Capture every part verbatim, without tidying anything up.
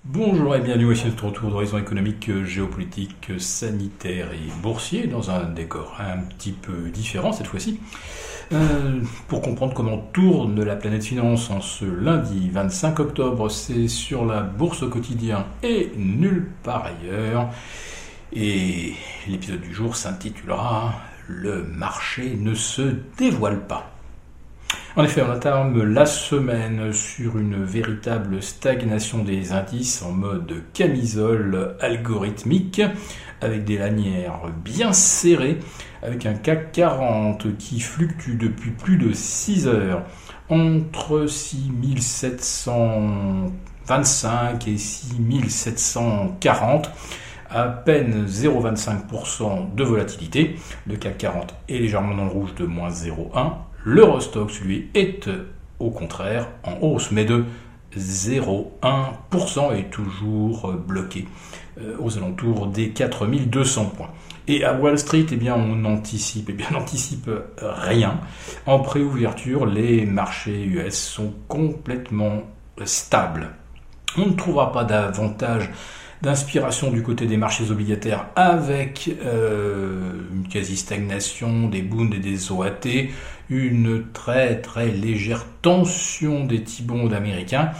Bonjour et bienvenue, voici notre tour d'horizon économique, géopolitique, sanitaire et boursier dans un décor un petit peu différent cette fois-ci. Euh, pour comprendre comment tourne la planète finance en ce lundi vingt-cinq octobre, c'est sur la bourse au quotidien et nulle part ailleurs. Et l'épisode du jour s'intitulera « Le marché ne se dévoile pas ». En effet, on entame la semaine sur une véritable stagnation des indices en mode camisole algorithmique, avec des lanières bien serrées, avec un C A C quarante qui fluctue depuis plus de six heures entre six mille sept cent vingt-cinq et six mille sept cent quarante, à peine zéro virgule vingt-cinq pour cent de volatilité. Le C A C quarante est légèrement dans le rouge de moins zéro virgule un. L'Eurostoxx, lui, est au contraire en hausse, mais de zéro virgule un pour cent et toujours bloqué euh, aux alentours des quatre mille deux cents points. Et à Wall Street, eh bien, on anticipe, eh bien, on n'anticipe rien. En préouverture, les marchés U S sont complètement stables. On ne trouvera pas davantage d'inspiration du côté des marchés obligataires avec euh, une quasi-stagnation des Bunds et des O A T, une très très légère tension des T-bonds américains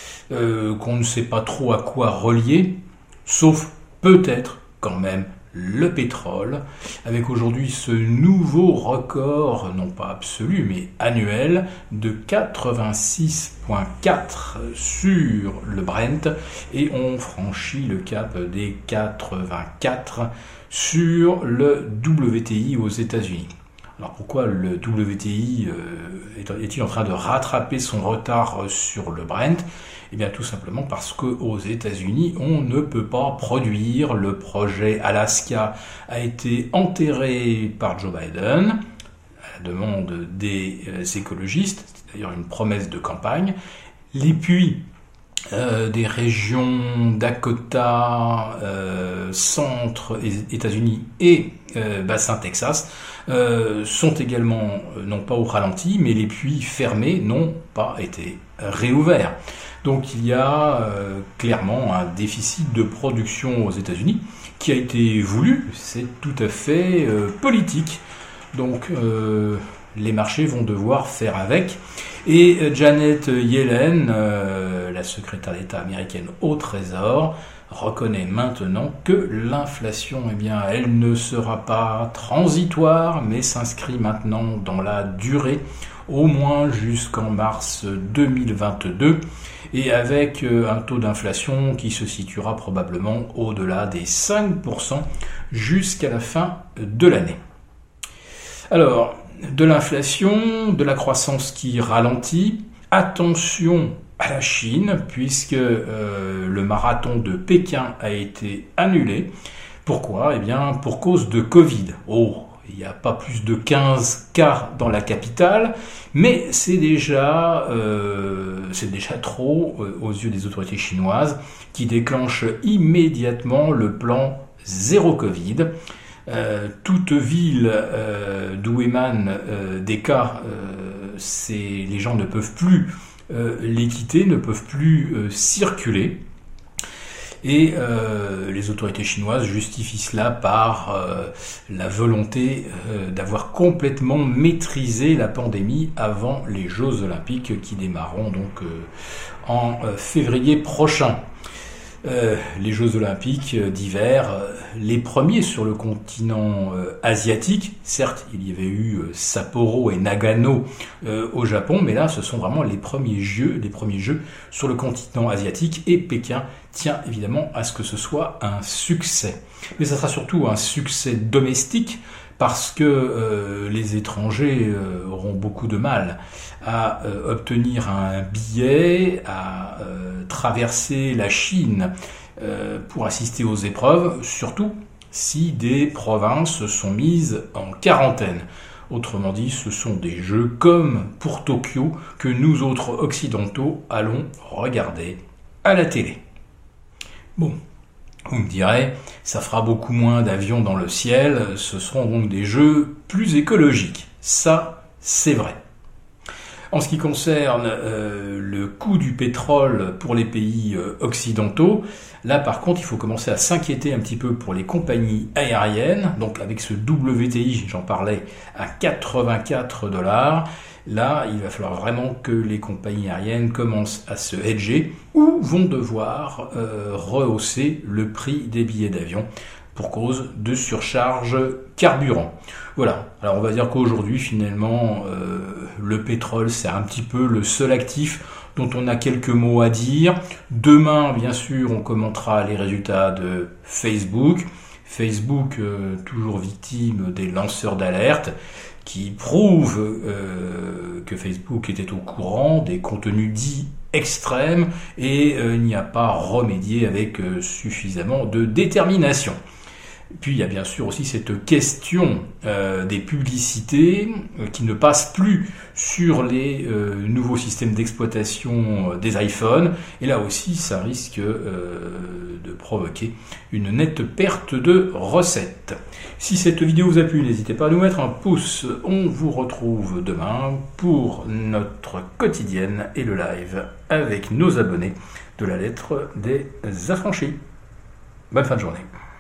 euh, qu'on ne sait pas trop à quoi relier, sauf peut-être quand même le pétrole, avec aujourd'hui ce nouveau record, non pas absolu, mais annuel, de quatre-vingt-six virgule quatre sur le Brent, et on franchit le cap des quatre-vingt-quatre sur le W T I aux États-Unis. Alors pourquoi le W T I euh, est-il en train de rattraper son retard sur le Brent ? Eh bien tout simplement parce qu'aux États-Unis, on ne peut pas produire. Le projet Alaska a été enterré par Joe Biden, à la demande des écologistes, c'est d'ailleurs une promesse de campagne. Les puits Euh, des régions Dakota, euh, centre États-Unis et euh, bassin Texas euh, sont également, euh, non pas au ralenti, mais les puits fermés n'ont pas été réouverts. Donc il y a euh, clairement un déficit de production aux États-Unis qui a été voulu, c'est tout à fait euh, politique. Donc euh, les marchés vont devoir faire avec. Et Janet Yellen, euh, la secrétaire d'État américaine au Trésor, reconnaît maintenant que l'inflation, eh bien, elle ne sera pas transitoire, mais s'inscrit maintenant dans la durée, au moins jusqu'en mars deux mille vingt-deux, et avec un taux d'inflation qui se situera probablement au-delà des cinq pour cent jusqu'à la fin de l'année. Alors, de l'inflation, de la croissance qui ralentit, attention à la Chine, puisque euh, le marathon de Pékin a été annulé. Pourquoi ? Eh bien, pour cause de Covid. Oh, il n'y a pas plus de quinze cas dans la capitale, mais c'est déjà, euh, c'est déjà trop euh, aux yeux des autorités chinoises, qui déclenchent immédiatement le plan zéro Covid. Euh, toute ville euh, d'où émanent euh, des cas, euh, c'est, les gens ne peuvent plus euh, les quitter, ne peuvent plus euh, circuler. Et euh, les autorités chinoises justifient cela par euh, la volonté euh, d'avoir complètement maîtrisé la pandémie avant les Jeux Olympiques qui démarreront donc euh, en euh, février prochain. Euh, les Jeux Olympiques d'hiver, euh, les premiers sur le continent euh, asiatique. Certes, il y avait eu euh, Sapporo et Nagano euh, au Japon, mais là, ce sont vraiment les premiers jeux, les premiers jeux sur le continent asiatique, et Pékin tient évidemment à ce que ce soit un succès. Mais ça sera surtout un succès domestique, parce que euh, les étrangers euh, auront beaucoup de mal à euh, obtenir un billet, à euh, traverser la Chine euh, pour assister aux épreuves, surtout si des provinces sont mises en quarantaine. Autrement dit, ce sont des jeux comme pour Tokyo que nous autres occidentaux allons regarder à la télé. Bon. Vous me direz, ça fera beaucoup moins d'avions dans le ciel, ce seront donc des jeux plus écologiques. Ça, c'est vrai. En ce qui concerne euh, le coût du pétrole pour les pays euh, occidentaux, là par contre il faut commencer à s'inquiéter un petit peu pour les compagnies aériennes, donc avec ce W T I, j'en parlais, à quatre-vingt-quatre dollars, là il va falloir vraiment que les compagnies aériennes commencent à se hedger ou vont devoir euh, rehausser le prix des billets d'avion pour cause de surcharge carburant. Voilà, alors on va dire qu'aujourd'hui finalement euh, le pétrole c'est un petit peu le seul actif dont on a quelques mots à dire. Demain bien sûr on commentera les résultats de Facebook. Facebook euh, toujours victime des lanceurs d'alerte qui prouvent euh, que Facebook était au courant des contenus dits extrêmes et euh, il n'y a pas remédié avec euh, suffisamment de détermination. Puis il y a bien sûr aussi cette question euh, des publicités euh, qui ne passent plus sur les euh, nouveaux systèmes d'exploitation euh, des iPhones. Et là aussi, ça risque euh, de provoquer une nette perte de recettes. Si cette vidéo vous a plu, n'hésitez pas à nous mettre un pouce. On vous retrouve demain pour notre quotidienne et le live avec nos abonnés de la lettre des affranchis. Bonne fin de journée.